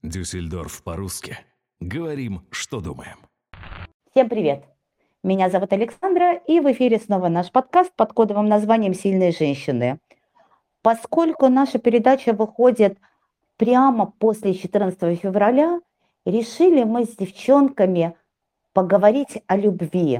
Дюссельдорф по-русски. Говорим, что думаем. Всем привет! Меня зовут Александра, и в эфире снова наш подкаст под кодовым названием «Сильные женщины». Поскольку наша передача выходит прямо после 14 февраля, решили мы с девчонками поговорить о любви.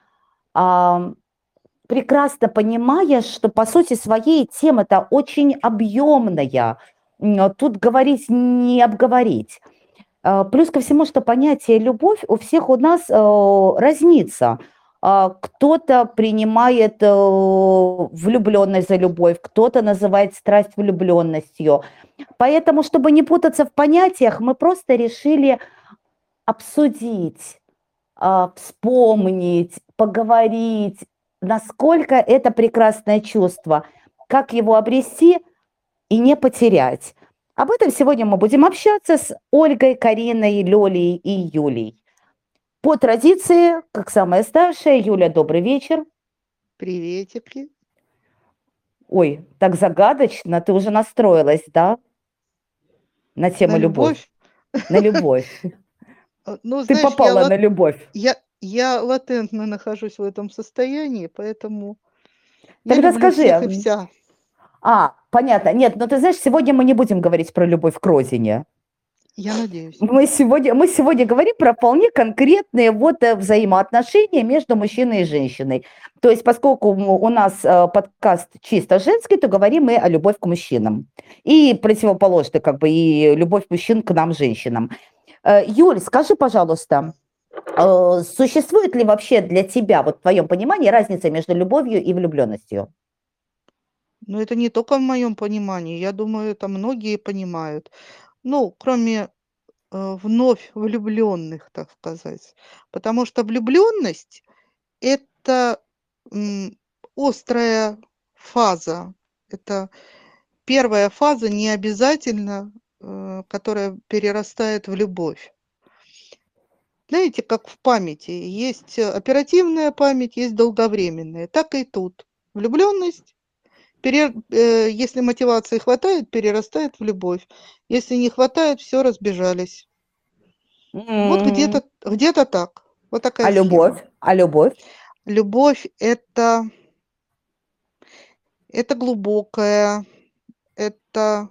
Прекрасно понимая, что по сути своей тема-то очень объемная, тут говорить не обговорить. Плюс ко всему, что понятие «любовь» у всех у нас разнится. Кто-то принимает влюбленность за любовь, кто-то называет страсть влюбленностью. Поэтому, чтобы не путаться в понятиях, мы просто решили обсудить, вспомнить, поговорить, насколько это прекрасное чувство, как его обрести и не потерять. Об этом сегодня мы будем общаться с Ольгой, Кариной, Лёлей и Юлей. По традиции, как самая старшая, Юля, добрый вечер. Приветики. Ой, так загадочно, ты уже настроилась, да? На тему На любовь. любовь? На любовь. Ну, Ты знаешь, попала на любовь. я латентно нахожусь в этом состоянии, поэтому я Тогда люблю всех и скажи. вся. Понятно. Нет, но ты знаешь, сегодня мы не будем говорить про любовь к родине. Я надеюсь. Мы сегодня говорим про вполне конкретные взаимоотношения между мужчиной и женщиной. То есть, поскольку у нас подкаст чисто женский, то говорим мы о любовь к мужчинам. И противоположно, и любовь мужчин к нам, женщинам. Юль, скажи, пожалуйста, существует ли вообще для тебя, в твоем понимании, разница между любовью и влюбленностью? Но это не только в моем понимании. Я думаю, это многие понимают. Ну, кроме вновь влюбленных, так сказать. Потому что влюбленность– это острая фаза. Это первая фаза, не обязательно, которая перерастает в любовь. Знаете, как в памяти. Есть оперативная память, есть долговременная. Так и тут. Влюбленность, если мотивации хватает, перерастает в любовь. Если не хватает, все, разбежались. Вот где-то так. Вот такая схема. А любовь? Любовь– это глубокая, это,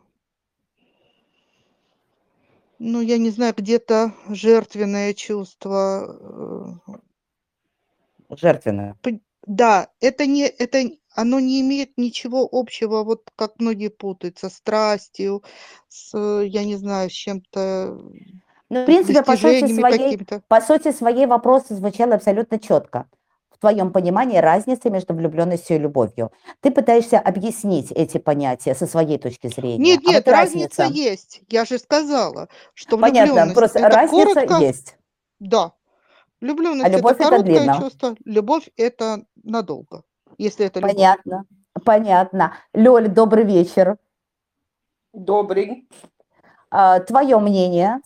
ну, я не знаю, где-то жертвенное чувство. Жертвенная. Да, оно не имеет ничего общего, вот как многие путают, со страстью, я не знаю, с чем-то, Ну, в принципе, достижениями какими-то. по сути своей вопрос звучал абсолютно четко. В твоем понимании разница между влюбленностью и любовью. Ты пытаешься объяснить эти понятия со своей точки зрения. Нет, разница есть. Я же сказала, что Понятно, влюбленность– просто это разница коротко. есть. Да, А влюбленность– это любовь это короткое длинно. чувство, любовь– это надолго, если это любовь. Понятно, понятно. Лёль, добрый вечер. Добрый. Твое мнение?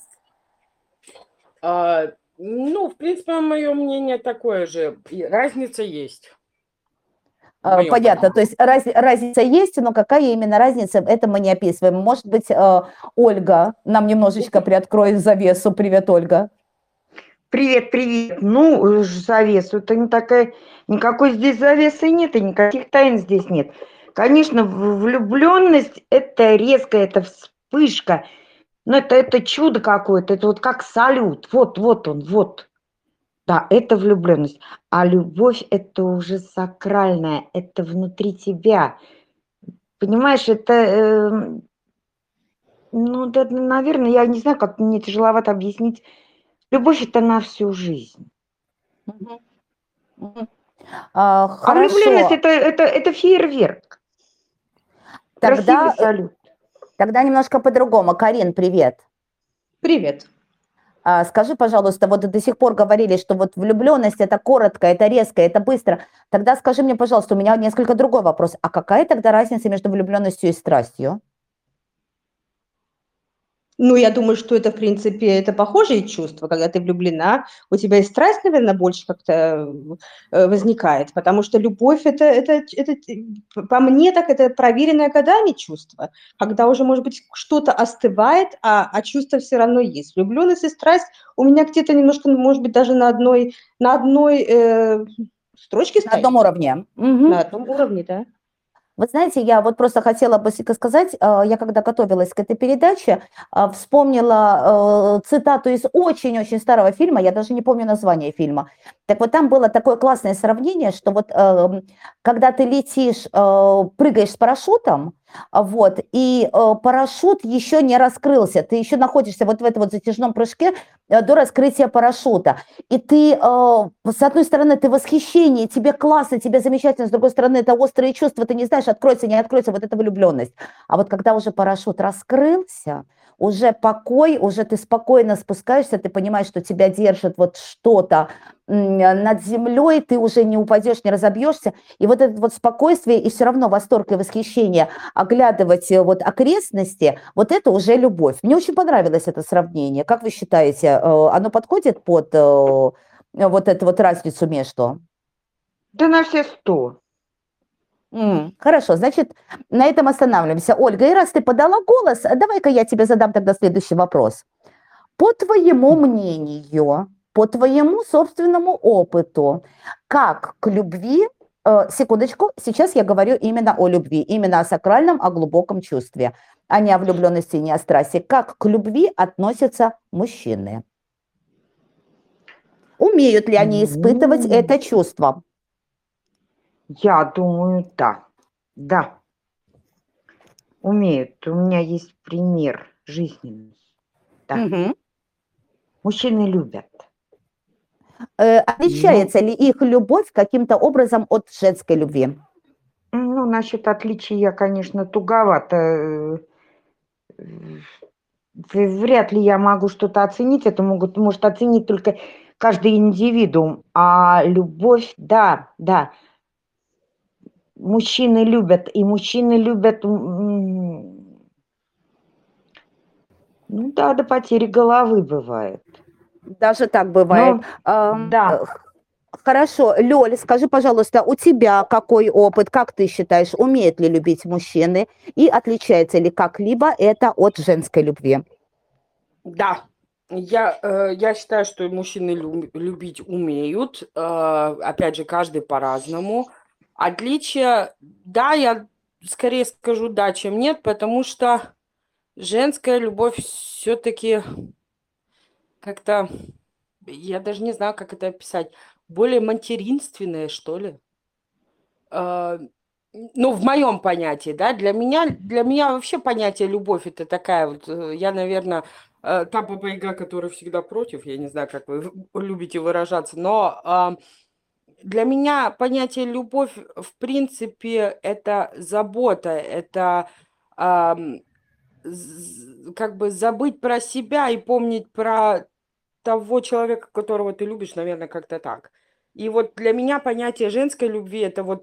В принципе, мое мнение такое же. Разница есть. Понятно, то есть разница есть, но какая именно разница, это мы не описываем. Может быть, Ольга нам немножечко приоткроет завесу. Привет, Ольга. Привет, привет. Ну, завесу, это не такая, никакой здесь завесы нет, и никаких тайн здесь нет. Конечно, влюбленность – это резкая, это вспышка, но это чудо какое-то, это вот как салют, вот он, вот. Да, это влюбленность. А любовь – это уже сакральное, это внутри тебя. Понимаешь, это, да, наверное, я не знаю, как мне тяжеловато объяснить. Любовь – это на всю жизнь. А влюбленность – это фейерверк. Красивый салют. Тогда немножко по-другому. Карин, привет. Привет. Скажи, пожалуйста, вот до сих пор говорили, что вот влюбленность – это коротко, это резко, это быстро. Тогда скажи мне, пожалуйста, у меня несколько другой вопрос. А какая тогда разница между влюбленностью и страстью? Ну, я думаю, что это, в принципе, это похожие чувства. Когда ты влюблена, у тебя и страсть, наверное, больше как-то возникает, потому что любовь по мне так, это проверенное годами чувство, когда уже, может быть, что-то остывает, а чувство все равно есть. Влюбленность и страсть у меня где-то немножко, может быть, даже на одной строчке На одном стоит, уровне. на одном уровне, да. Вы знаете, я вот просто хотела быстренько сказать, я когда готовилась к этой передаче, вспомнила цитату из очень-очень старого фильма, я даже не помню название фильма. Так вот там было такое классное сравнение, что вот когда ты летишь, прыгаешь с парашютом, вот, и парашют еще не раскрылся, ты еще находишься вот в этом вот затяжном прыжке до раскрытия парашюта. И ты, с одной стороны, ты в восхищении, тебе классно, тебе замечательно, с другой стороны, это острые чувства, ты не знаешь, откроется, не откроется, вот эта влюбленность. А вот когда уже парашют раскрылся, уже покой, уже ты спокойно спускаешься, ты понимаешь, что тебя держит вот что-то над землей, ты уже не упадешь, не разобьешься. И вот это вот спокойствие и все равно восторг и восхищение, оглядывать вот окрестности, вот это уже любовь. Мне очень понравилось это сравнение. Как вы считаете, оно подходит под вот эту вот разницу между? Да на все 100. Хорошо, значит, на этом останавливаемся. Ольга, и раз ты подала голос, давай-ка я тебе задам тогда следующий вопрос. По твоему мнению, по твоему собственному опыту, как к любви, секундочку, сейчас я говорю именно о любви, именно о сакральном, о глубоком чувстве, а не о влюбленности, не о страсти, как к любви относятся мужчины? Умеют ли они испытывать Ну, это чувство? я думаю, да. Да, умеют. У меня есть пример жизненный. Да. Мгм. Мужчины любят. Отличается ли их любовь каким-то образом от женской любви? Ну, насчет отличий я, конечно, туговато. Вряд ли я могу что-то оценить. Это может оценить только каждый индивидуум. А любовь, да, да. Мужчины любят, и мужчины любят, ну да, до потери головы бывает. Даже так бывает. Но, да, Хорошо, Лёль, скажи, пожалуйста, у тебя какой опыт, как ты считаешь, умеют ли любить мужчины и отличается ли как-либо это от женской любви? Да, я считаю, что мужчины любить умеют. Опять же, каждый по-разному. Отличие, да, я скорее скажу да, чем нет, потому что женская любовь все-таки как-то, я даже не знаю, как это описать, более материнственная, что ли. Ну, в моем понятии, да, для меня вообще понятие любовь это такая вот, я, наверное, та баба-яга, которая всегда против, я не знаю, как вы любите выражаться, но для меня понятие любовь, в принципе, это забота, это как бы забыть про себя и помнить про того человека, которого ты любишь, наверное, как-то так. И вот для меня понятие женской любви это вот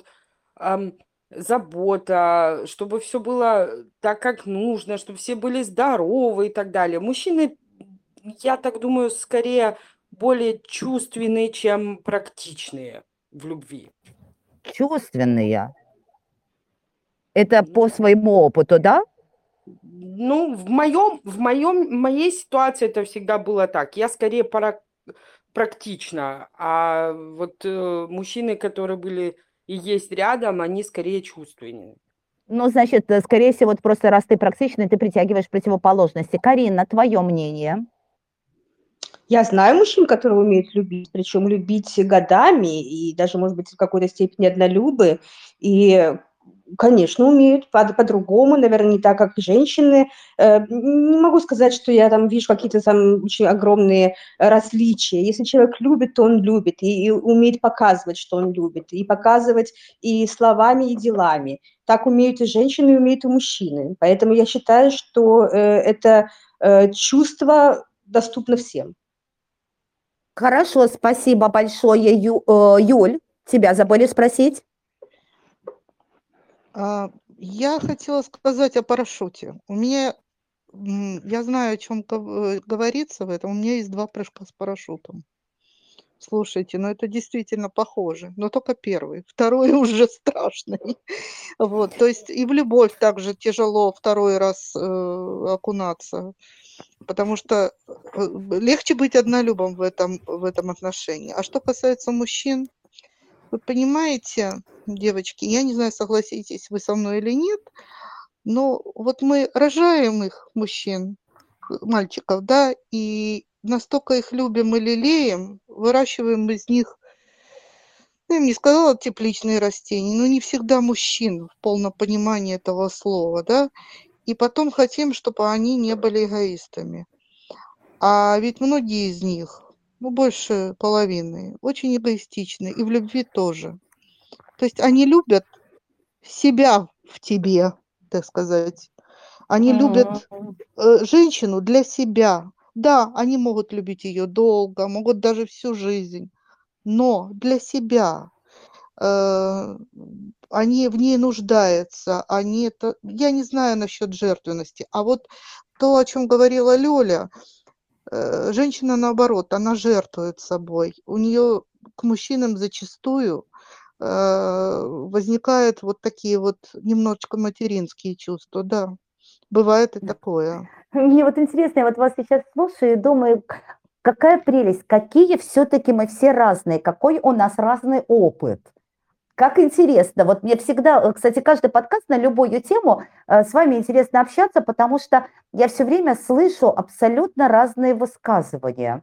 забота, чтобы все было так, как нужно, чтобы все были здоровы и так далее. Мужчины, я так думаю, скорее более чувственные, чем практичные в любви. Чувственные. Это по своему опыту, да? Ну, моей ситуации это всегда было так. Я скорее практична, а вот мужчины, которые были и есть рядом, они скорее чувственные. Ну, значит, скорее всего, вот просто раз ты практичный, ты притягиваешь противоположности. Карина, твое мнение? Я знаю мужчин, которые умеют любить, причем любить годами и даже, может быть, в какой-то степени однолюбы. И, конечно, умеют по-другому, наверное, не так, как женщины. Не могу сказать, что я там вижу какие-то там очень огромные различия. Если человек любит, то он любит и умеет показывать, что он любит, и показывать и словами, и делами. Так умеют и женщины, и умеют и мужчины. Поэтому я считаю, что это чувство доступно всем. Хорошо, спасибо большое, Юль. Тебя забыли спросить? Я хотела сказать о парашюте. У меня я знаю, о чем говорится в этом. У меня есть 2 прыжка с парашютом. Слушайте, ну это действительно похоже, но только первый, второй уже страшный. Вот, то есть и в любовь также тяжело второй раз, окунаться, потому что, легче быть однолюбом в этом отношении. А что касается мужчин, вы понимаете, девочки, я не знаю, согласитесь вы со мной или нет, но вот мы рожаем их, мужчин, мальчиков, да, и настолько их любим и лелеем, выращиваем из них, ну, я бы не сказала тепличные растения, но не всегда мужчин в полном понимании этого слова, да, и потом хотим, чтобы они не были эгоистами. А ведь многие из них, ну, больше половины, очень эгоистичны, и в любви тоже. То есть они любят себя в тебе, так сказать. Они любят женщину для себя. Да, они могут любить ее долго, могут даже всю жизнь, но для себя. Они в ней нуждаются, они это, я не знаю насчет жертвенности, а вот то, о чем говорила Лёля, женщина наоборот, она жертвует собой. У нее к мужчинам зачастую возникают вот такие вот немножечко материнские чувства, да, бывает и такое. Мне вот интересно, я вот вас сейчас слушаю и думаю, какая прелесть, какие все-таки мы все разные, какой у нас разный опыт. Как интересно. Вот мне всегда, кстати, каждый подкаст на любую тему с вами интересно общаться, потому что я все время слышу абсолютно разные высказывания.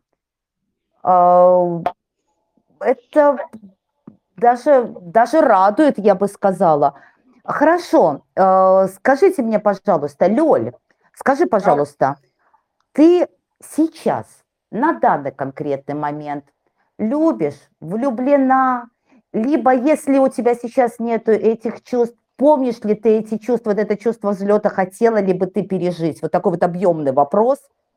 Это даже радует, я бы сказала. Хорошо, скажите мне, пожалуйста, Лёль, скажи, пожалуйста, ты сейчас, на данный конкретный момент, любишь, влюблена, либо если у тебя сейчас нету этих чувств, помнишь ли ты эти чувства, вот это чувство взлета хотела ли бы ты пережить? Вот такой вот объемный вопрос.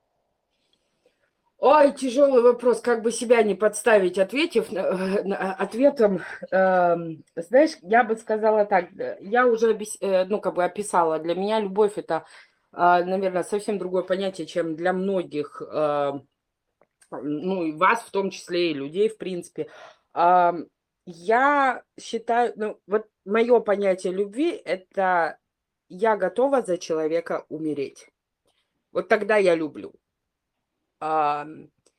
Ой, тяжелый вопрос, как бы себя не подставить, ответив ответом. Знаешь, я бы сказала так, я уже описала. Для меня любовь это, наверное, совсем другое понятие, чем для многих, ну и вас в том числе, и людей, в принципе. Я считаю, ну вот мое понятие любви это я готова за человека умереть. Вот тогда я люблю. В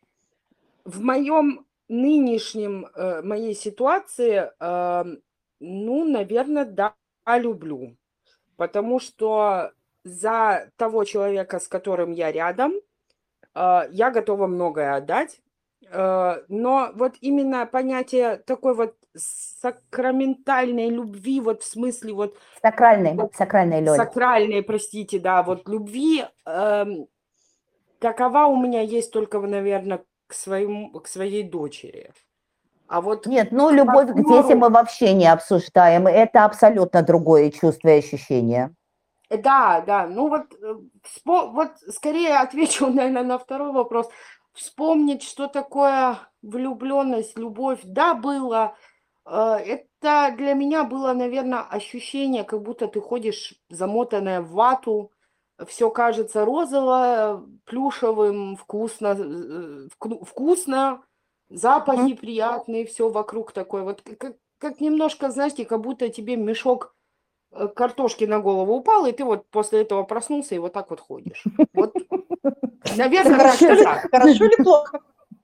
моем нынешнем, моей ситуации, ну, наверное, да, люблю. Потому что за того человека, с которым я рядом, я готова многое отдать. Но вот именно понятие такой вот сакраментальной любви, вот в смысле вот... Сакральной, Лёль. Сакральной, простите, да, вот любви... Такова у меня есть только, наверное, к своей дочери. А вот Нет, ну любовь к детям мы вообще не обсуждаем. Это абсолютно другое чувство и ощущение. Да, ну вот скорее отвечу, наверное, на второй вопрос. Вспомнить, что такое влюбленность, любовь. Да, было. Это для меня было, наверное, ощущение, как будто ты ходишь замотанная в вату, все кажется розово, плюшевым, вкусно, запахи приятные, все вокруг такое. Вот как немножко, знаете, как будто тебе мешок картошки на голову упал, и ты вот после этого проснулся и вот так вот ходишь. Вот, наверное, Хорошо или плохо?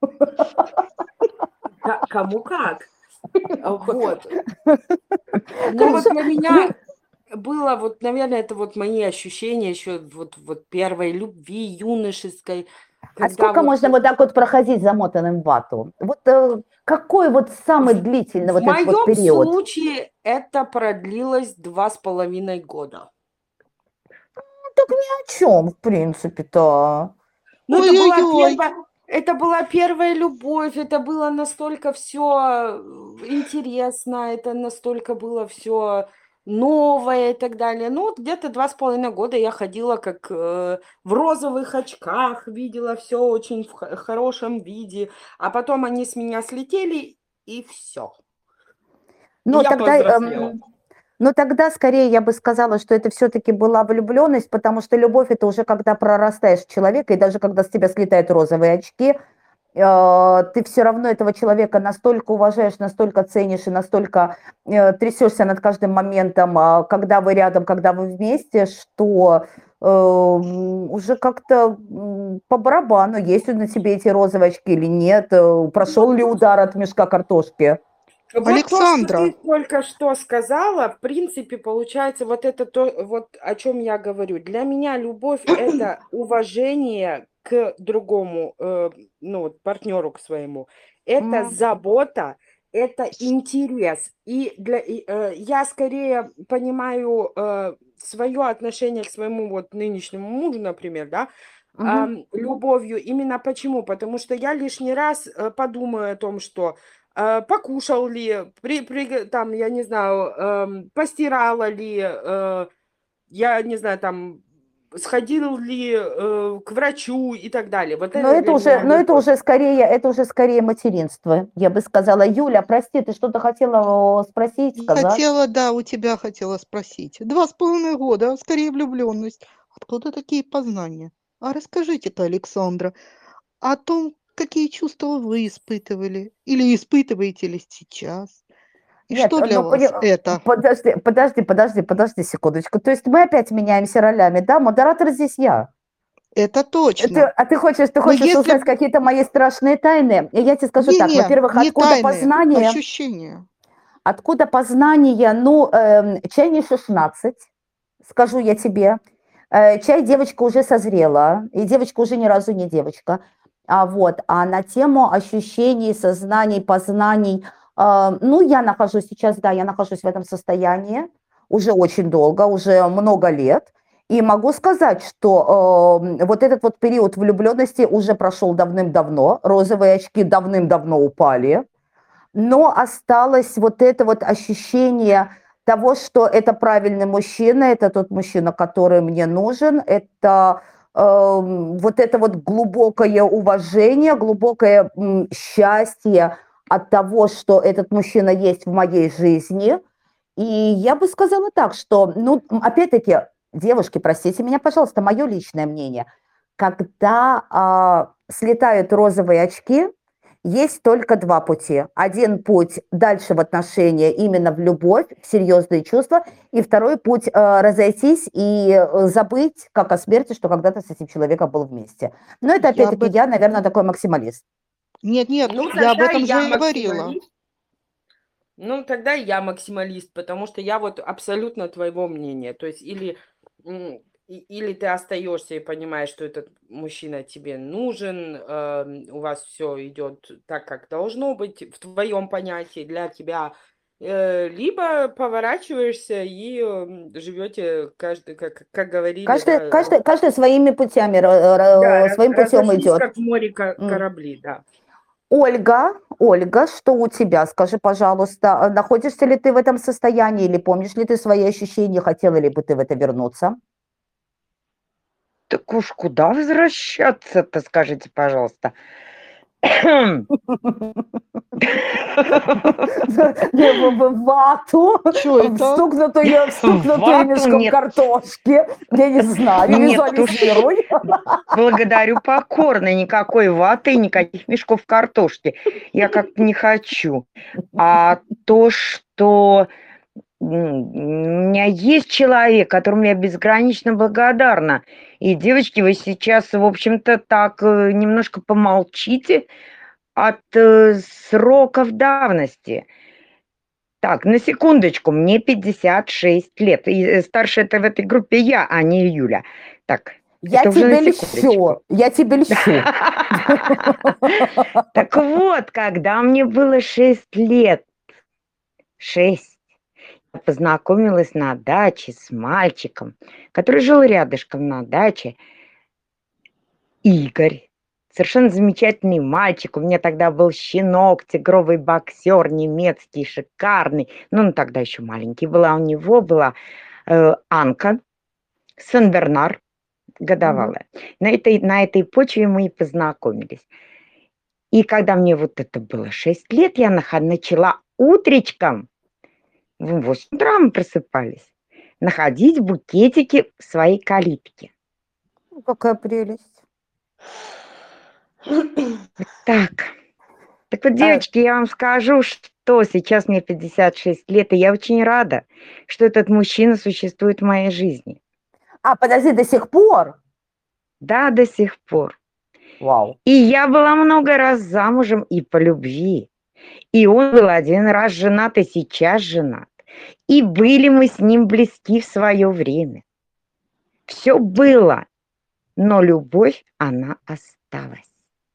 кому как. Вот. Ну вот для меня было вот, наверное, это вот мои ощущения еще вот первой любви юношеской. А сколько можно вот так вот проходить замотанным в вату? Вот какой вот самый длительный вот этот вот период? В моем случае это продлилось 2,5 года. Так ни о чем, в принципе-то. Ну, это была первая любовь, это было настолько все интересно, это настолько было все новое и так далее. Ну, вот где-то 2,5 года я ходила как в розовых очках, видела все очень в хорошем виде, а потом они с меня слетели, и все. Ну, я тогда, повзрослела. Но тогда скорее я бы сказала, что это все-таки была влюбленность, потому что любовь это уже когда прорастаешь в человека, и даже когда с тебя слетают розовые очки, ты все равно этого человека настолько уважаешь, настолько ценишь и настолько трясешься над каждым моментом, когда вы рядом, когда вы вместе, что уже как-то по барабану, есть на тебе эти розовые очки или нет, прошел ли удар от мешка картошки. Вот то, что Александра, ты только что сказала, в принципе, получается, вот это то, вот о чем я говорю. Для меня любовь – это уважение к другому, ну, вот партнеру к своему. Это забота, это интерес. И я скорее понимаю свое отношение к своему вот нынешнему мужу, например, да, любовью. Именно почему? Потому что я лишний раз подумаю о том, что покушал ли, там, я не знаю, постирала ли, я не знаю, там, сходил ли к врачу и так далее. Вот Но это это для уже, меня но любовь. это уже скорее материнство, я бы сказала. Юля, прости, ты что-то хотела спросить, сказать? хотела, да, у тебя хотела спросить. 2,5 года, скорее влюбленность. Откуда такие познания? А расскажите-ка, Александра, о том, какие чувства вы испытывали или испытываете ли сейчас? И Нет, что для но вас это? подожди секундочку. То есть мы опять меняемся ролями, да? Модератор здесь я. Это Ты, точно. ты хочешь Но если... узнать какие-то мои страшные тайны? И я тебе скажу так. Не-не, Во-первых, не откуда тайные, познание? ощущения. Откуда познание? Ну, чай не 16, скажу я тебе. Чай девочка уже созрела, и девочка уже ни разу не девочка. А на тему ощущений, сознаний, познаний, ну, я нахожусь сейчас, да, я нахожусь в этом состоянии уже очень долго, уже много лет. И могу сказать, что вот этот вот период влюбленности уже прошел давным-давно, розовые очки давным-давно упали, но осталось вот это вот ощущение того, что это правильный мужчина, это тот мужчина, который мне нужен, это вот это вот глубокое уважение, глубокое счастье от того, что этот мужчина есть в моей жизни. И я бы сказала так, что, ну, опять-таки, девушки, простите меня, пожалуйста, мое личное мнение, когда слетают розовые очки, есть только два пути. Один путь дальше в отношения, именно в любовь, в серьезные чувства. И второй путь разойтись и забыть, как о смерти, что когда-то с этим человеком был вместе. Но это, Я об опять-таки, я, наверное, такой максималист. Нет, Ну, я об тогда этом же я и говорила. максималист. Ну, тогда я максималист, потому что я вот абсолютно твоего мнения. То есть или ты остаешься и понимаешь, что этот мужчина тебе нужен, у вас все идет так, как должно быть в твоем понятии для тебя, либо поворачиваешься и живете каждый, как говорили, да, Каждый своими путями, своим путем разошлись идет. как в море корабли, да. Ольга, что у тебя? Скажи, пожалуйста, находишься ли ты в этом состоянии или помнишь ли ты свои ощущения, хотела ли бы ты в это вернуться? Так уж куда возвращаться-то, скажите, пожалуйста. В вату, Чё это? встукнутую Вату мешком нет. картошки. Я не знаю, Нет уж. визуализируй. Благодарю покорно. Никакой ваты, никаких мешков картошки. Я как-то не хочу. А то, что у меня есть человек, которому я безгранично благодарна. И, девочки, вы сейчас, в общем-то, так немножко помолчите от сроков давности. Так, на секундочку, мне 56 лет. И старше это в этой группе я, а не Юля. Так, Я это уже тебе на секундочку. льщу. Я тебе льщу. Так вот, когда мне было 6 лет, 6, я познакомилась на даче с мальчиком, который жил рядышком на даче. Игорь. Совершенно замечательный мальчик. У меня тогда был щенок, тигровый боксер, немецкий, шикарный. Ну, тогда еще маленький была. У него была Анка, Сен-Бернар, годовалая. На этой почве мы и познакомились. И когда мне вот это было 6 лет, я начала утречком В 8 утра мы просыпались. Находить букетики в своей калитке. Какая прелесть. Так. Так вот, А, девочки, я вам скажу, что сейчас мне 56 лет, и я очень рада, что этот мужчина существует в моей жизни. подожди, до сих пор? Да, до сих пор. Вау. И я была много раз замужем и по любви. И он был один раз женат, и сейчас женат. И были мы с ним близки в свое время. Все было, но любовь, она осталась.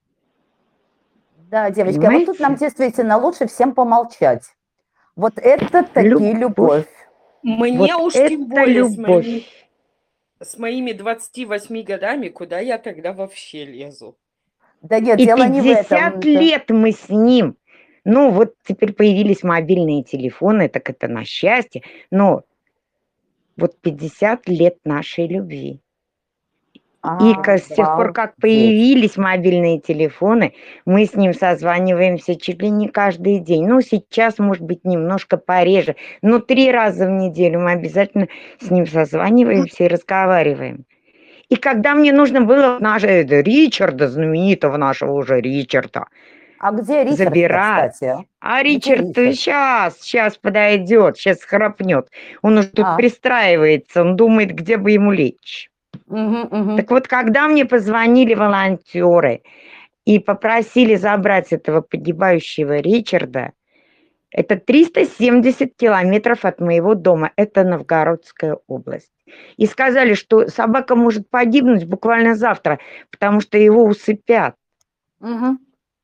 Да, девочки, а вот тут нам Понимаете? действительно лучше всем помолчать. Вот это таки любовь. Мне Вот уж тем это более любовь. с моими 28 годами, куда я тогда вообще лезу? Да нет, И дело не в 50 этом. лет мы с ним. Ну, вот теперь появились мобильные телефоны, так это на счастье. Но вот 50 лет нашей любви. И с тех пор, как Обалдеть. появились мобильные телефоны, мы с ним созваниваемся чуть ли не каждый день. Ну, сейчас, может быть, немножко пореже, но 3 раза в неделю мы обязательно с ним созваниваемся и разговариваем. И когда мне нужно было нашего Ричарда, знаменитого нашего уже Ричарда, А где Ричард-то, забирать. кстати? А Где Ричард Ричард? сейчас подойдет, сейчас храпнет. Он уже тут А, пристраивается, он думает, где бы ему лечь. мгм. Так вот, когда мне позвонили волонтеры и попросили забрать этого погибающего Ричарда, это 370 километров от моего дома, это Новгородская область. И сказали, что собака может погибнуть буквально завтра, потому что его усыпят. Мгм.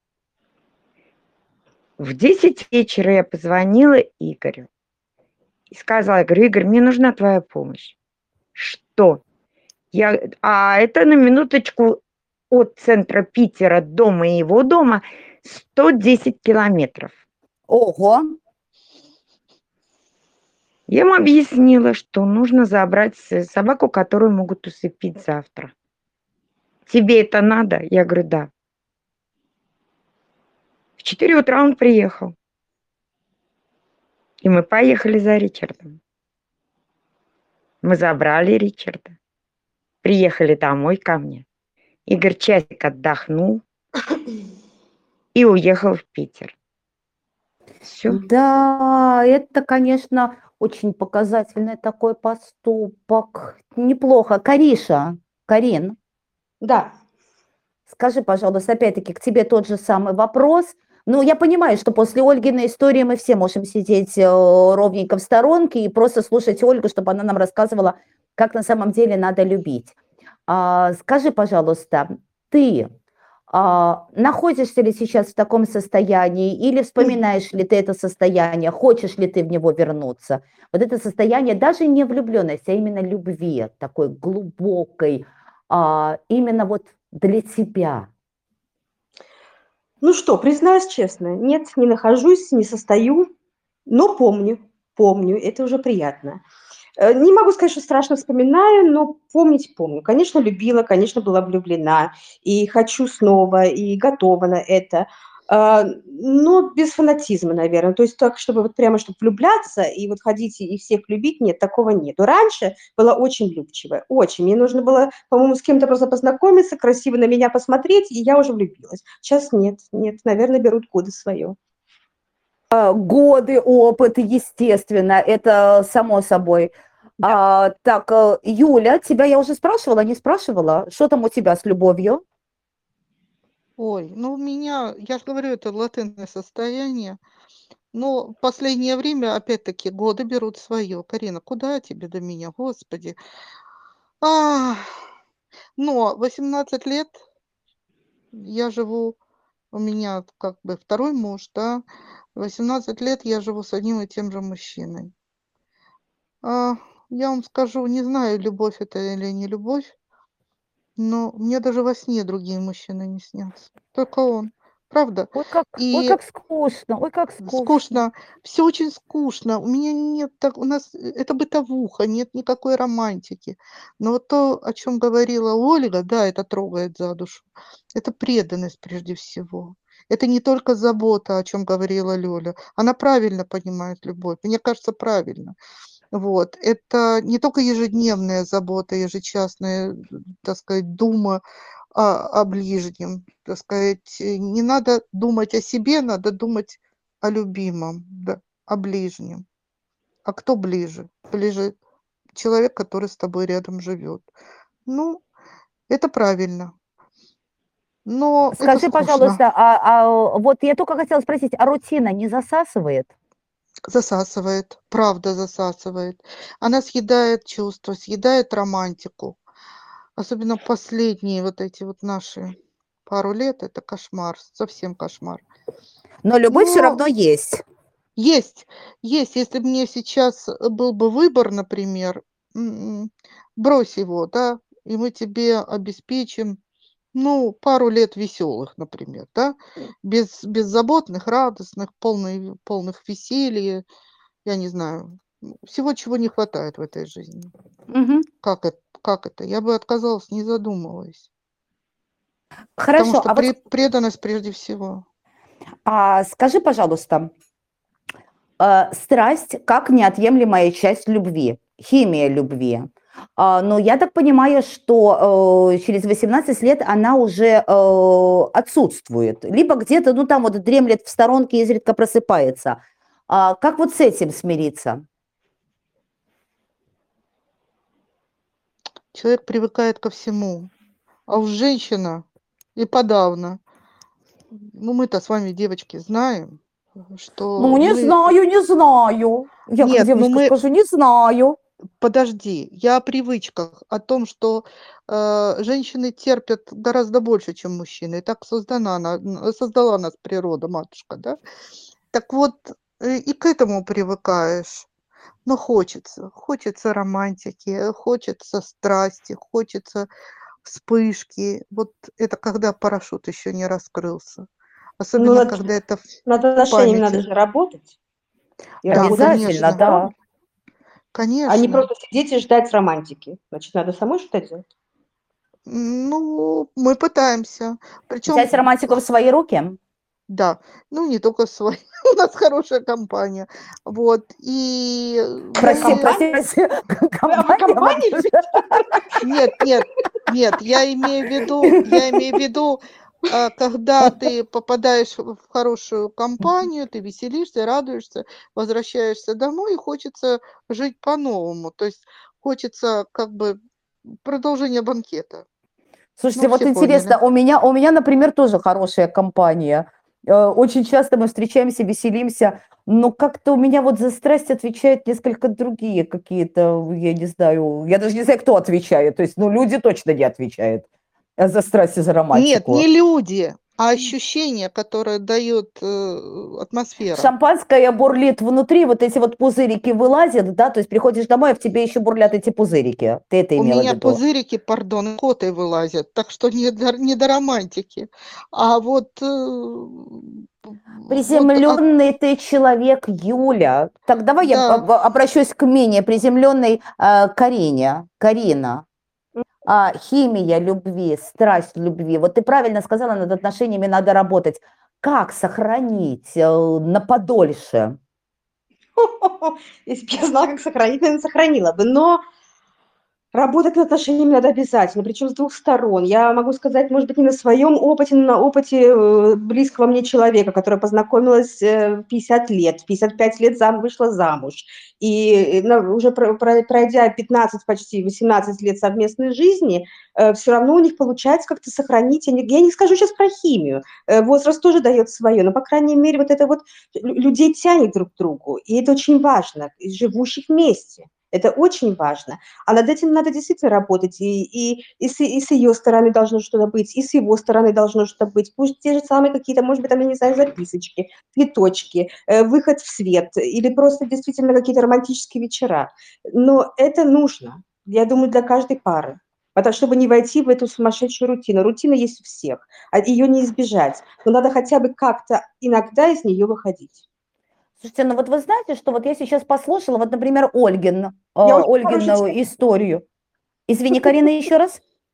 В 10 вечера я позвонила Игорю и сказала, я говорю, Игорь, мне нужна твоя помощь. Что? А это на минуточку от центра Питера до моего дома 110 километров. Ого. Я ему объяснила, что нужно забрать собаку, которую могут усыпить завтра. Тебе это надо? Я говорю, да. В 4 утра он приехал. И мы поехали за Ричардом. Мы забрали Ричарда. Приехали домой ко мне. Игорь часик отдохнул и уехал в Питер. Все. Да, это, конечно, очень показательный такой поступок. Неплохо. Карин, Да. скажи, пожалуйста, опять-таки к тебе тот же самый вопрос. Ну, я понимаю, что после Ольгиной истории мы все можем сидеть ровненько в сторонке и просто слушать Ольгу, чтобы она нам рассказывала, как на самом деле надо любить. Скажи, пожалуйста, ты находишься ли сейчас в таком состоянии или вспоминаешь ли ты это состояние, хочешь ли ты в него вернуться? Вот это состояние даже не влюбленности, а именно любви, такой глубокой, именно вот для тебя. Ну что, признаюсь честно, нет, не нахожусь, не состою, но помню, это уже приятно. Не могу сказать, что страшно вспоминаю, но помнить помню. Конечно, любила, конечно, была влюблена, и хочу снова, и готова на это, но без фанатизма, наверное. То есть так, чтобы вот прямо, чтобы влюбляться и вот ходить и всех любить, нет, такого нет. Но раньше была очень влюбчивая, очень. Мне нужно было, по-моему, с кем-то просто познакомиться, красиво на меня посмотреть, и я уже влюбилась. Сейчас нет, наверное, берут годы свое. Годы, опыт, естественно, это само собой. Да. Так, Юля, тебя я уже спрашивала, не спрашивала? Что там у тебя с любовью? Ой, ну у меня, я же говорю, это латентное состояние. Но в последнее время, опять-таки, годы берут свое. Карина, куда тебе до меня, господи? А, но 18 лет я живу, у меня как бы второй муж, да, 18 лет я живу с одним и тем же мужчиной. Я вам скажу, не знаю, любовь это или не любовь, но мне даже во сне другие мужчины не снятся. Только он. Правда. Ой, И как скучно, ой, как скучно. скучно, все очень скучно. У меня нет так, у нас это бытовуха, нет никакой романтики. Но вот то, о чем говорила Ольга, да, это трогает за душу. Это преданность прежде всего. Это не только забота, о чем говорила Лёля. Она правильно понимает любовь. Мне кажется, правильно. Вот. Это не только ежедневная забота, ежечасная, так сказать, дума о ближнем. Так сказать, не надо думать о себе, надо думать о любимом, да, о ближнем. А кто ближе? Ближе человек, который с тобой рядом живет. Ну, это правильно. Но это Скажи, скучно. пожалуйста, вот я только хотела спросить, а рутина не засасывает? Засасывает, правда засасывает. Она съедает чувства, съедает романтику. Особенно последние вот эти вот наши пару лет, это кошмар, совсем кошмар. Но любовь все Но равно есть. есть. Если бы мне сейчас был бы выбор, например, брось его, да, и мы тебе обеспечим, ну, пару лет веселых, например, да, беззаботных, радостных, полных веселья, я не знаю, всего, чего не хватает в этой жизни. Мгм. Как это? Я бы отказалась, не задумываясь. Потому Хорошо, что а вот преданность прежде всего. скажи, пожалуйста, страсть как неотъемлемая часть любви, химия любви. Но я так понимаю, что через 18 лет она уже отсутствует, либо где-то, ну там вот дремлет в сторонке, изредка просыпается. Как вот с этим смириться? Человек привыкает ко всему. А уж женщина и подавно. Ну, мы-то с вами, девочки, знаем, что Ну, не мы... знаю, не знаю. Я как Нет, ну девочка мы... скажу, не знаю. Подожди, я о привычках, о том, что женщины терпят гораздо больше, чем мужчины. И так создала нас природа, матушка, да? Так вот, и к этому привыкаешь. Но хочется романтики, хочется страсти, хочется вспышки. Вот это когда парашют еще не раскрылся. Ну, Особенно, когда это над в отношениями надо памяти. же работать. И Да, работать Обязательно, конечно, да. а не конечно. просто сидеть и ждать романтики. Значит, надо самой что-то делать. Ну, мы пытаемся. Причем, Взять романтику в свои руки. да, ну, не только свои. У нас хорошая компания. Вот. И Прости, мы... прости, прости. Вы Компания компании? Нет, я имею в виду, когда ты попадаешь в хорошую компанию, ты веселишься, радуешься, возвращаешься домой, и хочется жить по-новому. То есть хочется как бы продолжения банкета. Слушайте, Ну, вот все интересно, поняли. у меня, например, тоже хорошая компания. Очень часто мы встречаемся, веселимся, но как-то у меня вот за страсть отвечают несколько другие какие-то, я не знаю, я даже не знаю, кто отвечает. То есть, ну, люди точно не отвечают за страсть и за Нет, не романтику. люди, а ощущение, которое дает атмосфера. Шампанское бурлит внутри, вот эти вот пузырики вылазят, да, то есть приходишь домой, а в тебе еще бурлят эти пузырики. Ты это У имела в меня виду? пузырики, пардон, коты вылазят, так что не до романтики. А вот, Приземленный ты человек, Юля. Так давай я да, обращусь к менее приземленной Карине. Карина. Химия любви, страсть любви. Вот ты правильно сказала, над отношениями надо работать. Как сохранить на подольше? Если бы я знала, как сохранить, наверное, сохранила бы. Но работать над отношениями надо обязательно, причем с двух сторон. Я могу сказать, может быть, не на своем опыте, но на опыте близкого мне человека, которая познакомилась в 50 лет, в 55 лет вышла замуж. И уже пройдя 15, почти 18 лет совместной жизни, все равно у них получается как-то сохранить. Я не скажу сейчас про химию, возраст тоже дает свое, но, по крайней мере, вот это вот людей тянет друг к другу. И это очень важно, живущих вместе. Это очень важно. А над этим надо действительно работать. И с ее стороны должно что-то быть, и с его стороны должно что-то быть. Пусть те же самые какие-то, может быть, там, я не знаю, записочки, цветочки, выход в свет или просто действительно какие-то романтические вечера. Но это нужно, я думаю, для каждой пары. Чтобы не войти в эту сумасшедшую рутину. Рутина есть у всех, ее не избежать. Но надо хотя бы как-то иногда из нее выходить. Слушайте, ну вот вы знаете, что вот я сейчас послушала, вот, например, Я очень хороший Ольгину человек. историю. Извини, Карина, еще раз?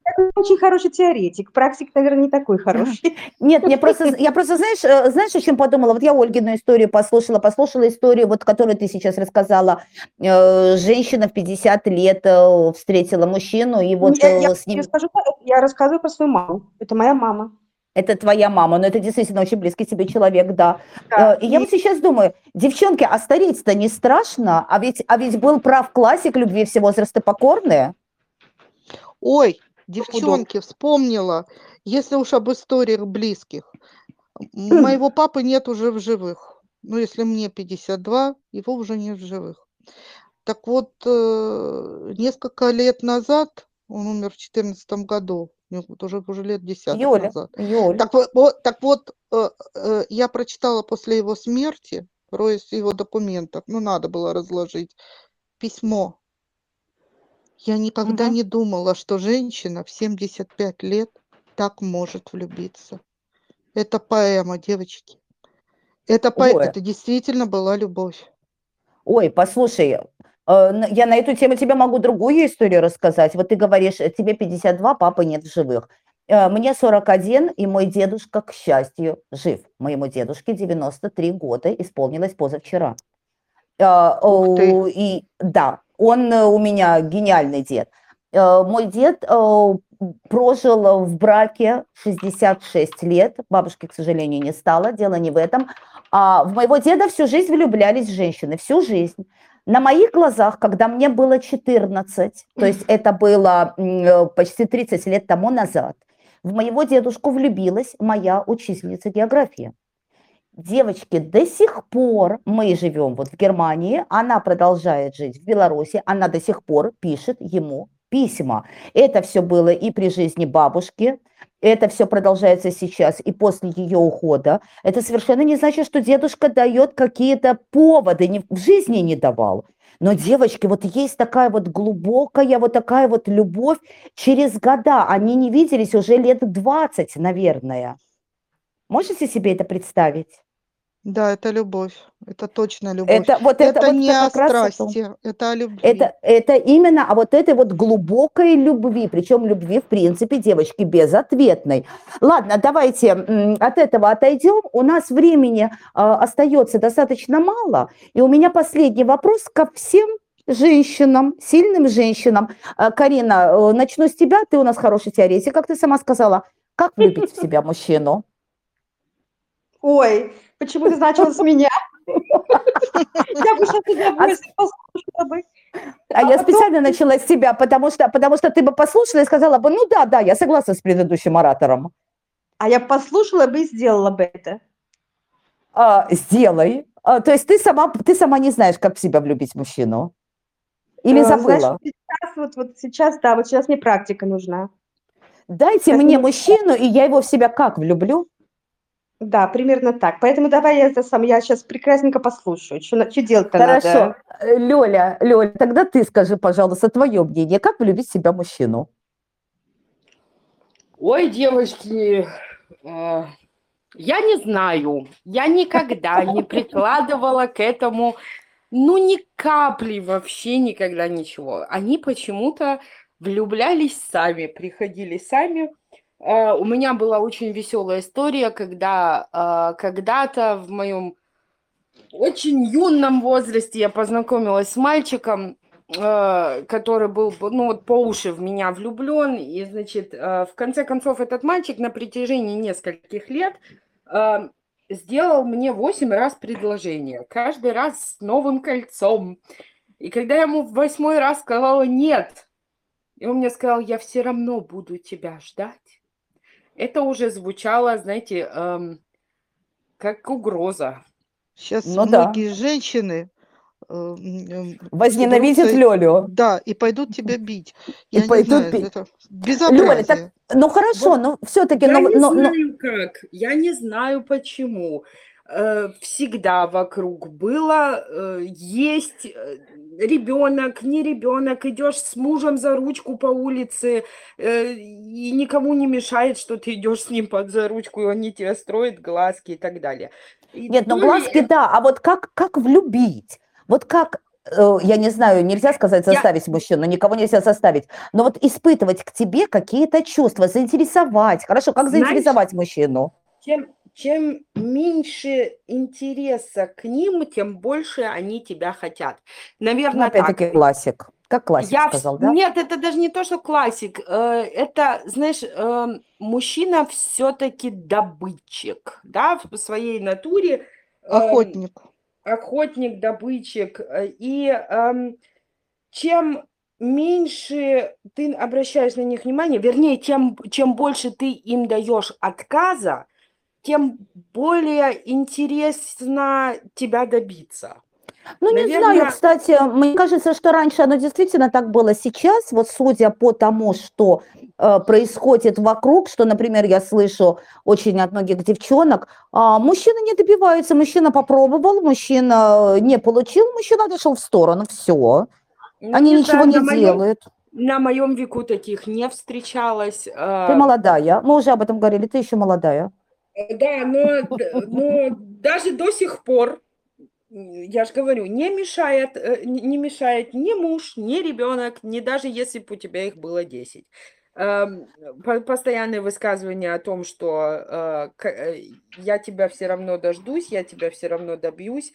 очень хороший теоретик, практик, наверное, не такой хороший. Нет, я просто, знаешь, о чем подумала? Вот я Ольгину историю послушала историю, вот, которую ты сейчас рассказала. Женщина в 50 лет встретила мужчину, и вот с ним... Я рассказываю про свою маму. Это моя мама. Это твоя мама, но это действительно очень близкий тебе человек, да. Да. И я вот сейчас думаю, девчонки, а стареть-то не страшно? А ведь был прав классик любви все возрасты покорные. Ой, девчонки, вспомнила, если уж об историях близких. Моего папы нет уже в живых. Ну, если мне 52, его уже нет в живых. Так вот, несколько лет назад, он умер в 2014 году, вот уже лет 10 назад. Юля. Так вот, я прочитала после его смерти, роясь в его документах, ну, надо было разложить, письмо. Я никогда не думала, что женщина в 75 лет так может влюбиться. Это поэма, девочки. Это действительно была любовь. Ой, послушай, я на эту тему тебе могу другую историю рассказать. Вот ты говоришь, тебе 52, папы нет в живых. Мне 41, и мой дедушка, к счастью, жив. Моему дедушке 93 года исполнилось позавчера. И да, он у меня гениальный дед. Мой дед прожил в браке 66 лет. Бабушки, к сожалению, не стало, дело не в этом. А в моего деда всю жизнь влюблялись женщины, всю жизнь. На моих глазах, когда мне было 14, то есть это было почти 30 лет тому назад, в моего дедушку влюбилась моя учительница географии. Девочки, до сих пор мы живем вот в Германии, она продолжает жить в Беларуси, она до сих пор пишет ему письма. Это все было и при жизни бабушки, это все продолжается сейчас и после ее ухода. Это совершенно не значит, что дедушка дает какие-то поводы, в жизни не давал. Но, девочки, вот есть такая вот глубокая, вот такая вот любовь через года. Они не виделись уже лет 20, наверное. Можете себе это представить? Да, это любовь. Это точно любовь. Это не о страсти, это о любви. Это именно о вот этой вот глубокой любви, причем любви, в принципе, девочки, безответной. Ладно, давайте от этого отойдем. У нас времени остается достаточно мало. И у меня последний вопрос ко всем женщинам, сильным женщинам. Карина, начну с тебя. Ты у нас хороший теоретик, как ты сама сказала. Как влюбить в себя мужчину? Ой, почему ты начала с меня? Я бы сейчас тебя послушала бы. А я специально начала с тебя, потому что ты бы послушала и сказала бы, ну да, я согласна с предыдущим оратором. А я послушала бы и сделала бы это. Сделай. То есть ты сама не знаешь, как в себя влюбить мужчину? Или забыла? Знаешь, сейчас мне практика нужна. Дайте мне мужчину, и я его в себя как влюблю? Да, примерно так. Поэтому давай я сейчас прекрасненько послушаю. Что делать-то надо? Хорошо. Лёля, тогда ты скажи, пожалуйста, твое мнение. Как влюбить в себя мужчину? Ой, девочки, я не знаю. Я никогда не прикладывала к этому, ни капли вообще никогда ничего. Они почему-то влюблялись сами, приходили сами. У меня была очень веселая история, когда когда-то в моем очень юном возрасте я познакомилась с мальчиком, который был, по уши в меня влюблен. И, значит, в конце концов, этот мальчик на протяжении нескольких лет сделал мне 8 раз предложение. Каждый раз с новым кольцом. И когда я ему в 8-й раз сказала «нет», и он мне сказал «я все равно буду тебя ждать», это уже звучало, знаете, как угроза. Сейчас многие женщины возненавидят Лёлю. Да, и пойдут тебя бить. Я не знаю, это безобразие. Лёля, хорошо, но все-таки... Я не знаю как, я не знаю почему. Всегда вокруг было, есть ребенок, не ребенок, идешь с мужем за ручку по улице, и никому не мешает, что ты идешь с ним за ручку, и он не тебе строит глазки и так далее. Нет, глазки, да, а вот как влюбить? Вот как я не знаю, нельзя сказать заставить мужчину, никого нельзя заставить, но вот испытывать к тебе какие-то чувства, заинтересовать. Хорошо, как Знаешь, заинтересовать мужчину? чем меньше интереса к ним, тем больше они тебя хотят. Ну, Наверное, опять-таки так. классик. Как классик сказал, да? Нет, это даже не то, что классик. Это, знаешь, мужчина все-таки добытчик, да, в своей натуре. Охотник. Охотник, добытчик. И чем меньше ты обращаешь на них внимание, вернее, чем больше ты им даешь отказа, тем более интересно тебя добиться. Ну, не знаю, Наверное, кстати, мне кажется, что раньше оно действительно так было. Сейчас, вот судя по тому, что происходит вокруг, что, например, я слышу очень от многих девчонок, мужчина не добивается, мужчина попробовал, мужчина не получил, мужчина отошел в сторону, все. ну, Они не ничего знаю, не делают. на моем веку таких не встречалось. Ты молодая, мы уже об этом говорили, ты еще молодая. Да, но даже до сих пор, я же говорю, не мешает ни муж, ни ребенок, ни даже если бы у тебя их было 10. Постоянные высказывания о том, что я тебя все равно дождусь, я тебя все равно добьюсь,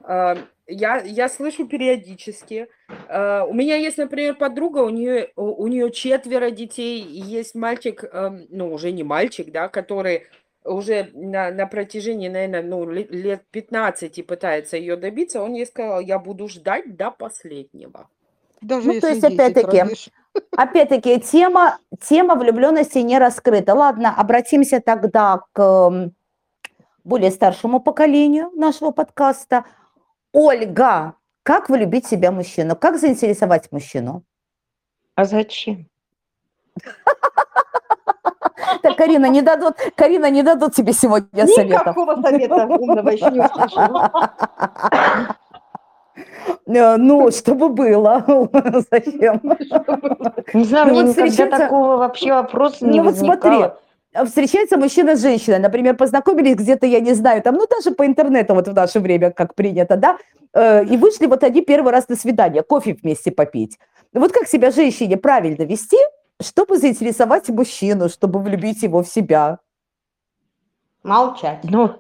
я слышу периодически. У меня есть, например, подруга, у нее 4 детей, и есть мальчик, ну, уже не мальчик, да, который уже на протяжении, наверное, лет 15 пытается ее добиться, он ей сказал, я буду ждать до последнего. Даже Ну, то если есть, 10 родишь. опять-таки, тема влюбленности не раскрыта. Ладно, обратимся тогда к более старшему поколению нашего подкаста. Ольга, как влюбить в себя мужчину? Как заинтересовать мужчину? А зачем? Так, Карина, не дадут тебе сегодня советов. Никакого совета умного еще не услышала. Ну, чтобы было. Зачем? Не знаю, Ну, мне вот никогда встречаться- такого вообще вопроса не Ну вот смотри, возникало. встречается мужчина с женщиной, например, познакомились где-то, я не знаю, там, ну даже по интернету вот в наше время, как принято, да, и вышли вот они первый раз на свидание, кофе вместе попить. Вот как себя женщине правильно вести, чтобы заинтересовать мужчину, чтобы влюбить его в себя? Молчать. Ну,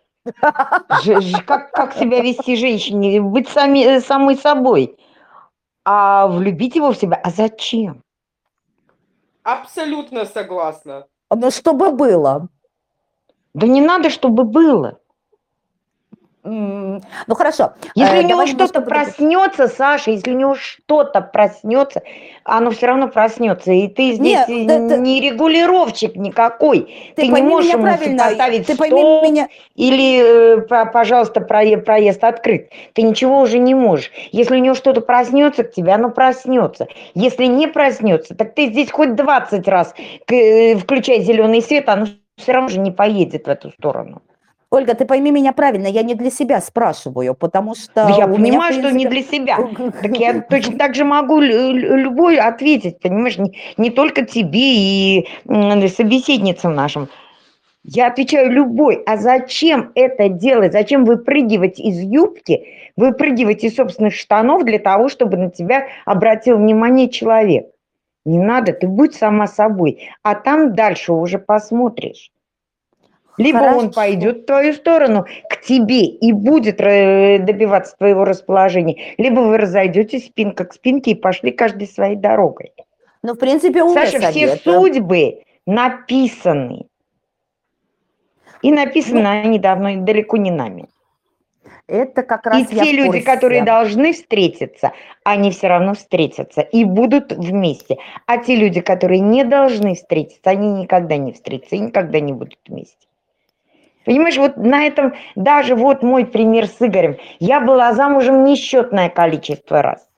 как себя вести женщине? Быть самой собой. А влюбить его в себя? А зачем? Абсолютно согласна. Ну, чтобы было. Да не надо, чтобы было. Ну, хорошо. Если у него давай что-то немножко проснется, Саша, если у него что-то проснется, оно все равно проснется. И ты здесь не регулировщик никакой. Ты не пойми можешь меня ему правильно, поставить ты пойми стоп меня- или, пожалуйста, проезд открыт. Ты ничего уже не можешь. Если у него что-то проснется к тебе, оно проснется. Если не проснется, так ты здесь хоть 20 раз включай зеленый свет, оно все равно же не поедет в эту сторону. Ольга, ты пойми меня правильно, я не для себя спрашиваю, потому что Да я у меня, понимаю, в что не принципе- для себя. Так я точно так же могу любой ответить, понимаешь, не только тебе и собеседницам нашим. Я отвечаю любой. А зачем это делать? Зачем выпрыгивать из юбки, выпрыгивать из собственных штанов для того, чтобы на тебя обратил внимание человек? Не надо, ты будь сама собой. А там дальше уже посмотришь. Либо он Хорошо. пойдет в твою сторону, к тебе, и будет добиваться твоего расположения, либо вы разойдетесь спинка к спинке и пошли каждой своей дорогой. Ну, в принципе, умный Саша, все совет. судьбы написаны. И написаны они давно, далеко не нами. Это как И раз я те в люди, курсе. которые должны встретиться, они все равно встретятся и будут вместе. А те люди, которые не должны встретиться, они никогда не встретятся и никогда не будут вместе. Понимаешь, вот на этом, даже вот мой пример с Игорем. Я была замужем несчетное количество раз.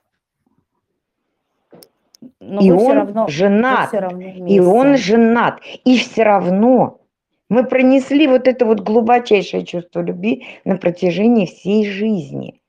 Но И вы всё он равно- вы женат. всё равно И он вместе. женат. И все равно мы пронесли вот это вот глубочайшее чувство любви на протяжении всей жизни.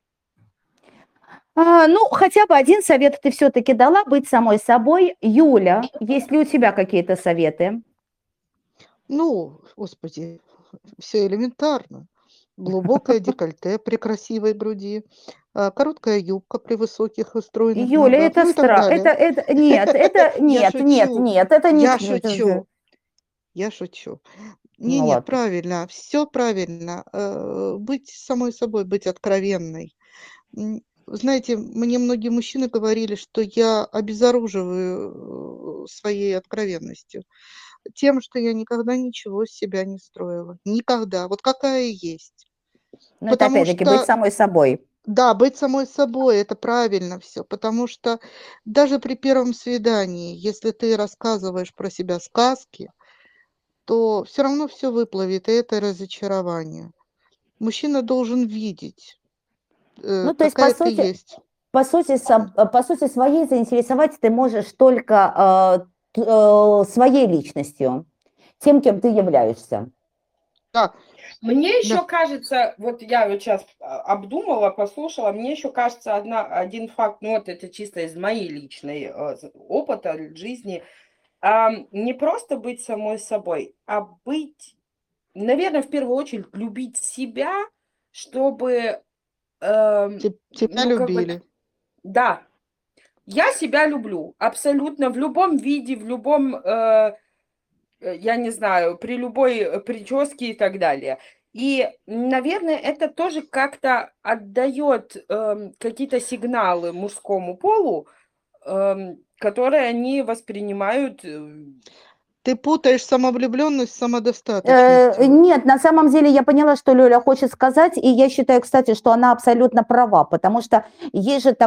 Ну, хотя бы один совет ты все-таки дала, быть самой собой. Юля, есть ли у тебя какие-то советы? Ну, господи, все элементарно. Глубокое декольте при красивой груди, короткая юбка при высоких и стройных Юля, ногах, это ну и так далее. нет, это, Я нет, нет, шучу, нет, это не, я шучу, я шучу. ну Не-не, ладно. правильно, все правильно. Быть самой собой, быть откровенной. Знаете, мне многие мужчины говорили, что я обезоруживаю своей откровенностью. Тем, что я никогда ничего с себя не строила. Никогда. Вот какая и есть. Но это Потому опять-таки быть что, самой собой. да, быть самой собой, это правильно все. Потому что даже при первом свидании, если ты рассказываешь про себя сказки, то все равно все выплывет, и это разочарование. Мужчина должен видеть, Ну, то есть, какая ты есть. по сути своей заинтересовать ты можешь только своей личностью, тем, кем ты являешься. Да, Мне да. еще кажется, вот я вот сейчас обдумала, послушала, мне еще кажется один факт, ну вот это чисто из моей личной опыта жизни, не просто быть самой собой, а быть, наверное, в первую очередь любить себя, чтобы, Тебя ну как бы, любили. да, я себя люблю абсолютно в любом виде, в любом, я не знаю, при любой прическе и так далее. И, наверное, это тоже как-то отдает какие-то сигналы мужскому полу, которые они воспринимают. Ты путаешь самовлюбленность с самодостаточностью. Нет, на самом деле я поняла, что Лёля хочет сказать, и я считаю, кстати, что она абсолютно права, потому что есть же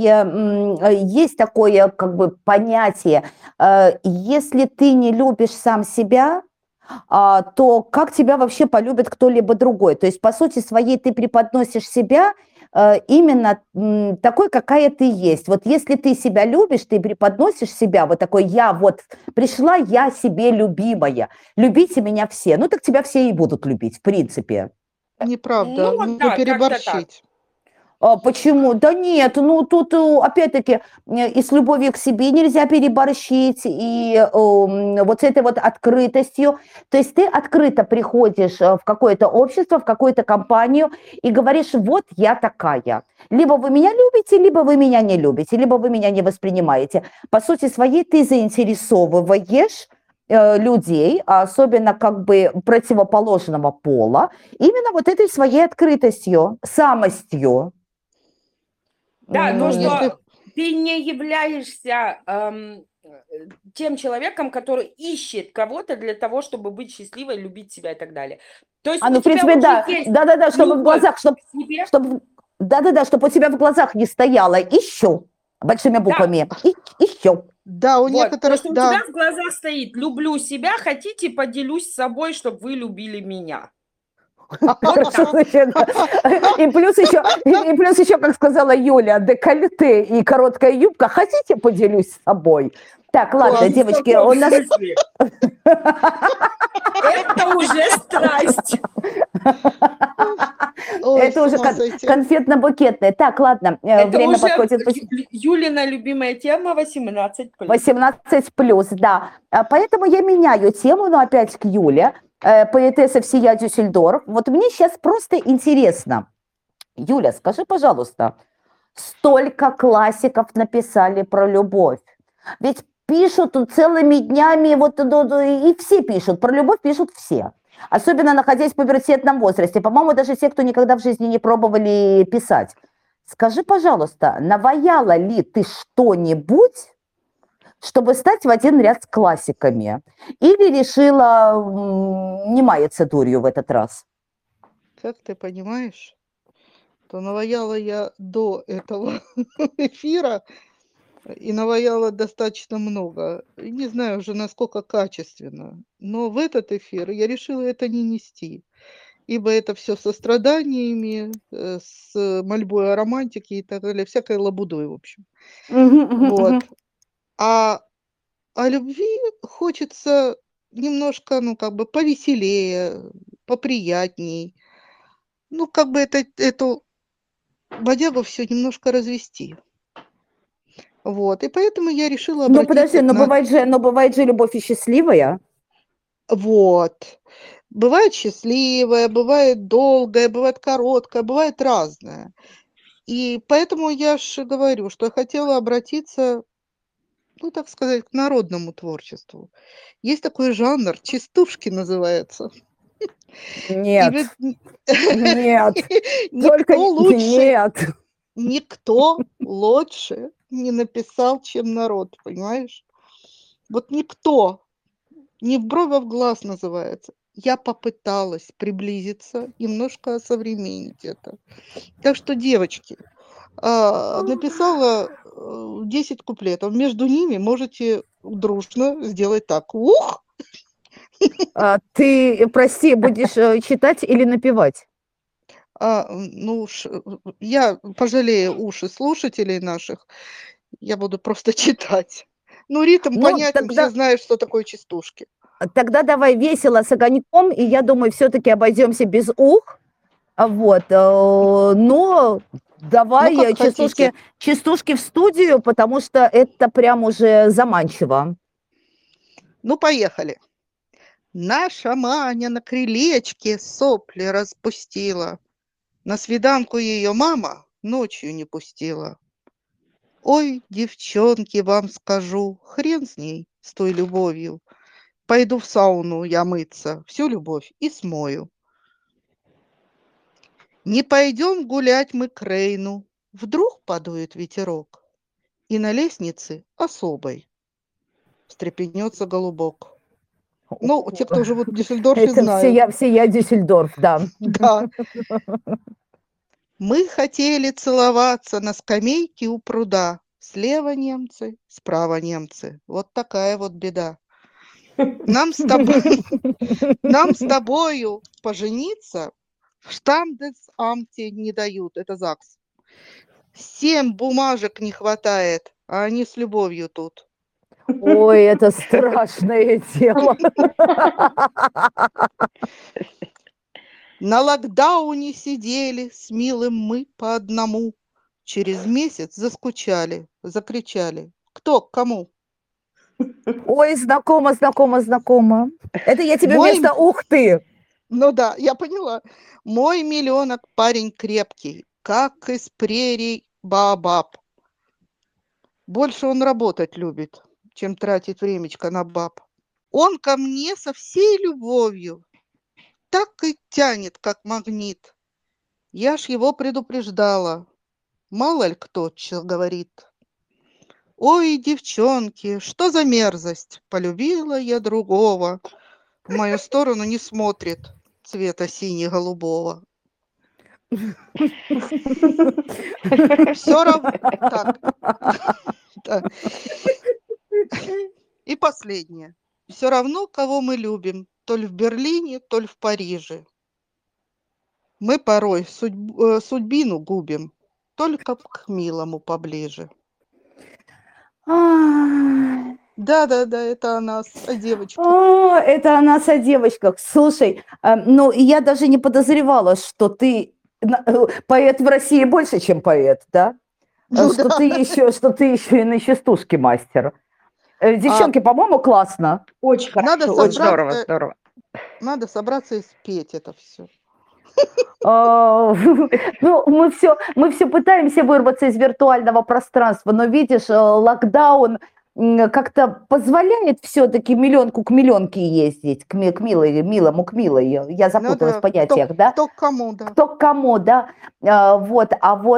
есть такое как бы понятие, если ты не любишь сам себя, то как тебя вообще полюбит кто-либо другой? То есть, по сути своей, ты преподносишь себя именно такой, какая ты есть. Вот если ты себя любишь, ты преподносишь себя вот такой, я вот пришла, я себе любимая, любите меня все. Ну, так тебя все и будут любить, в принципе. Неправда, Ну, ну да, как-то так. переборщить. Почему? Да нет, ну тут опять-таки и с любовью к себе нельзя переборщить, и вот с этой вот открытостью. То есть ты открыто приходишь в какое-то общество, в какую-то компанию и говоришь, вот я такая. Либо вы меня любите, либо вы меня не любите, либо вы меня не воспринимаете. По сути своей ты заинтересовываешь людей, особенно как бы противоположного пола, именно вот этой своей открытостью, самостью. Да, но Ну, что если ты не являешься тем человеком, который ищет кого-то для того, чтобы быть счастливой, любить себя и так далее. То есть Ну, у в тебя принципе, уже да, есть да-да-да, чтобы в любовь глазах, к себе. да-да-да, чтобы у тебя в глазах не стояло «ищу» большими Да, буквами, «ищу». да, у вот. То, некоторых, что у да. тебя в глазах стоит «люблю себя, хотите, поделюсь с собой, чтобы вы любили меня». Вот Хорошо так. звучит. И плюс еще, как сказала Юля, декольте и короткая юбка. Хотите, поделюсь с собой? Так, ладно, Класс. В девочки, каком у нас... смысле? Это уже страсть. Ой, Это с уже ума сойти. конфетно-букетное. Так, ладно, Это время уже подходит. Юлина любимая тема 18+. 18 плюс, да. Поэтому я меняю тему, но опять к Юле, поэтесса всея Дюссельдорф. Вот мне сейчас просто интересно. Юля, скажи, пожалуйста, столько классиков написали про любовь. Ведь пишут целыми днями, вот и все пишут, про любовь пишут все. Особенно находясь в пубертетном возрасте. По-моему, даже те, кто никогда в жизни не пробовали писать. Скажи, пожалуйста, наваяла ли ты что-нибудь, чтобы стать в один ряд с классиками? Или решила не маяться дурью в этот раз? Как ты понимаешь, то наваяла я до этого эфира и наваяла достаточно много. И не знаю уже, насколько качественно. Но в этот эфир я решила это не нести. Ибо это все со страданиями, с мольбой о романтике и так далее, всякой лабудой, в общем. Вот. А о любви хочется немножко, ну, как бы повеселее, поприятней. Ну, как бы эту бодягу все немножко развести. Вот. И поэтому я решила Ну, подожди, обратиться на... но бывает же любовь и счастливая. Вот. Бывает счастливая, бывает долгая, бывает короткая, бывает разная. И поэтому я ж говорю, что я хотела обратиться, ну, так сказать, к народному творчеству. Есть такой жанр, частушки называется. И ведь Нет, нет, только никто лучше не написал, чем народ, понимаешь? Вот никто, не в бровь, а в глаз называется. Я попыталась приблизиться, немножко осовременить это. Так что, девочки, написала 10 куплетов. Между ними можете дружно сделать так. Ух! Ты, прости, будешь читать или напевать? Ну уж, я пожалею уши слушателей наших, я буду просто читать. Ну, ритм Ну, понятен, все знают, что такое частушки. тогда давай весело с огоньком, и я думаю, все-таки обойдемся без ух. Вот, но Ну, давай как хотите. частушки в студию, потому что это прям уже заманчиво. Ну, поехали. Наша Маня на крылечке сопли распустила. На свиданку ее мама ночью не пустила. Ой, девчонки, вам скажу, хрен с ней, с той любовью. Пойду в сауну я мыться, всю любовь и смою. Не пойдем гулять мы к Рейну, вдруг подует ветерок, и на лестнице особой встрепенется голубок. Ну, те, кто живут в Дюссельдорфе, Это знают. всея Дюссельдорф, да. Да. Мы хотели целоваться на скамейке у пруда. Слева немцы, справа немцы. Вот такая вот беда. Нам с тобою пожениться в штандесамте не дают. Это ЗАГС. 7 бумажек не хватает, а они с любовью тут. Ой, это страшное дело. На локдауне сидели с милым мы по одному. Через месяц заскучали, закричали. Кто к кому? Ой, знакомо. Это я тебе Мой, вместо «ух ты». ну да, я поняла. Мой миллионок парень крепкий, как из прерий Баобаб. Больше он работать любит, чем тратить времечко на баб. Он ко мне со всей любовью так и тянет, как магнит. Я ж его предупреждала. Мало ли кто что говорит. Ой, девчонки, что за мерзость? Полюбила я другого. В мою сторону не смотрит цвета сине-голубого. Все равно. Так. И последнее. Все равно, кого мы любим, то ли в Берлине, то ли в Париже. Мы порой судьбину губим, только к милому поближе. Да, это о нас, о девочках. Это о нас о девочках. Слушай, ну я даже не подозревала, что ты поэт в России больше, чем поэт, да? Ну, что да. ты еще и на частушке мастер. Девчонки, по-моему, классно. Очень Надо хорошо, очень собраться, Здорово. надо собраться и спеть это все. Ну, мы все пытаемся вырваться из виртуального пространства, но видишь, локдаун как-то позволяет все-таки миллионку к миллионке ездить, к милому к милой. Я запуталась в понятиях, да? Кто к кому, да. Кто к кому, да? Вот,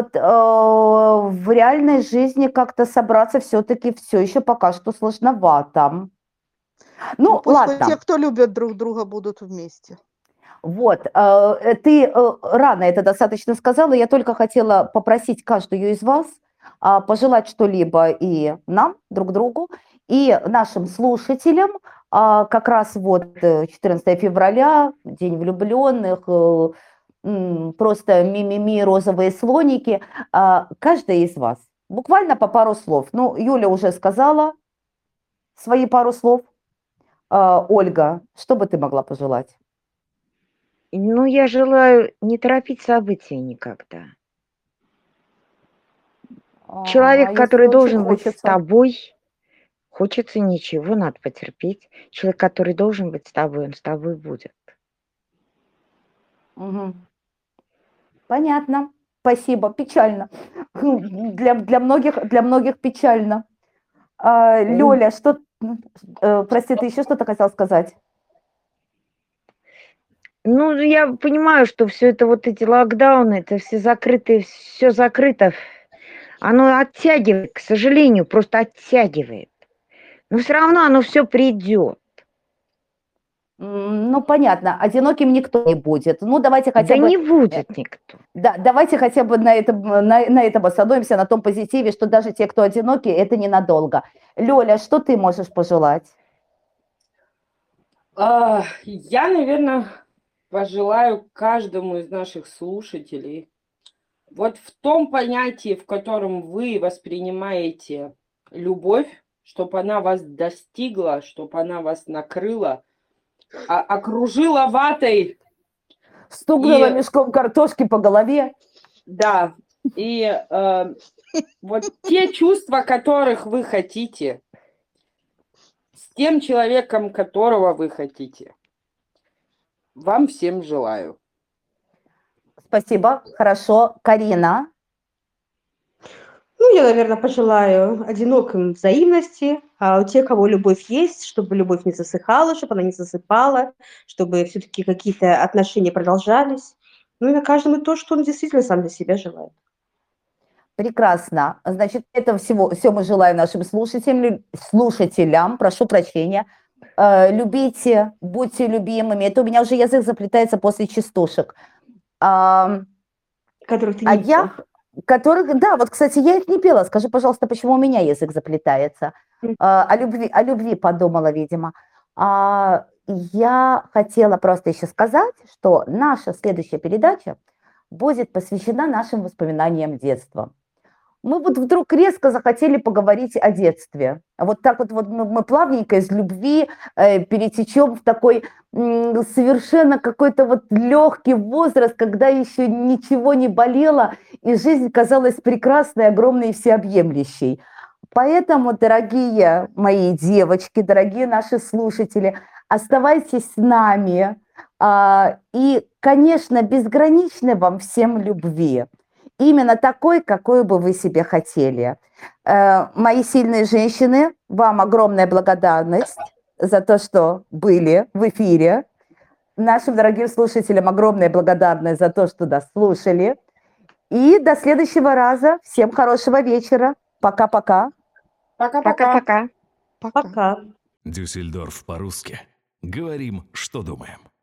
в реальной жизни как-то собраться все-таки все еще пока что сложновато. Ну, пусть ладно. те, кто любят друг друга, будут вместе. Вот, ты рано это достаточно сказала, я только хотела попросить каждую из вас пожелать что-либо и нам, друг другу, и нашим слушателям. Как раз вот 14 февраля, День влюбленных, просто мимими, розовые слоники. Каждая из вас, буквально по пару слов. Ну, Юля уже сказала свои пару слов. Ольга, что бы ты могла пожелать? Ну, я желаю не торопить события никогда. Человек, который должен быть с тобой, хочется ничего, надо потерпеть. Человек, который должен быть с тобой, он с тобой будет. Угу. Понятно. Спасибо, печально. Для многих печально. Лёля, что, прости, ты еще что-то хотел сказать? Ну, я понимаю, что все это вот эти локдауны, это все закрытые, все закрыто. Оно оттягивает, к сожалению, просто оттягивает. Но все равно оно все придет. Ну, понятно, одиноким никто не будет. Ну, давайте хотя Да бы... не будет никто. Да, давайте хотя бы на этом остановимся, на том позитиве, что даже те, кто одиноки, это ненадолго. Лёля, что ты можешь пожелать? Я, наверное, пожелаю каждому из наших слушателей вот в том понятии, в котором вы воспринимаете любовь, чтобы она вас достигла, чтобы она вас накрыла, окружила ватой. Стукнула мешком картошки по голове. Да, и вот те чувства, которых вы хотите, с тем человеком, которого вы хотите, вам всем желаю. Спасибо, хорошо. Карина? Ну, я, наверное, пожелаю одиноким взаимности, а у тех, кого любовь есть, чтобы любовь не засыхала, чтобы она не засыпала, чтобы все-таки какие-то отношения продолжались. Ну и на каждом и то, что он действительно сам для себя желает. Прекрасно. Значит, этого все мы желаем нашим слушателям, прошу прощения. Любите, будьте любимыми. Это у меня уже язык заплетается после частушек. Которых ты не пела. Да, вот, кстати, я их не пела. Скажи, пожалуйста, почему у меня язык заплетается? О любви подумала, видимо. Я хотела просто еще сказать, что наша следующая передача будет посвящена нашим воспоминаниям детства. Мы вот вдруг резко захотели поговорить о детстве. Вот так вот мы плавненько из любви перетечем в такой совершенно какой-то вот легкий возраст, когда еще ничего не болело, и жизнь казалась прекрасной, огромной и всеобъемлющей. Поэтому, дорогие мои девочки, дорогие наши слушатели, оставайтесь с нами. И, конечно, безграничной вам всем любви. Именно такой, какой бы вы себе хотели. Мои сильные женщины, вам огромная благодарность за то, что были в эфире. Нашим дорогим слушателям огромная благодарность за то, что дослушали. И до следующего раза. Всем хорошего вечера. Пока-пока. Пока-пока. Пока. Дюссельдорф по-русски. Говорим, что думаем.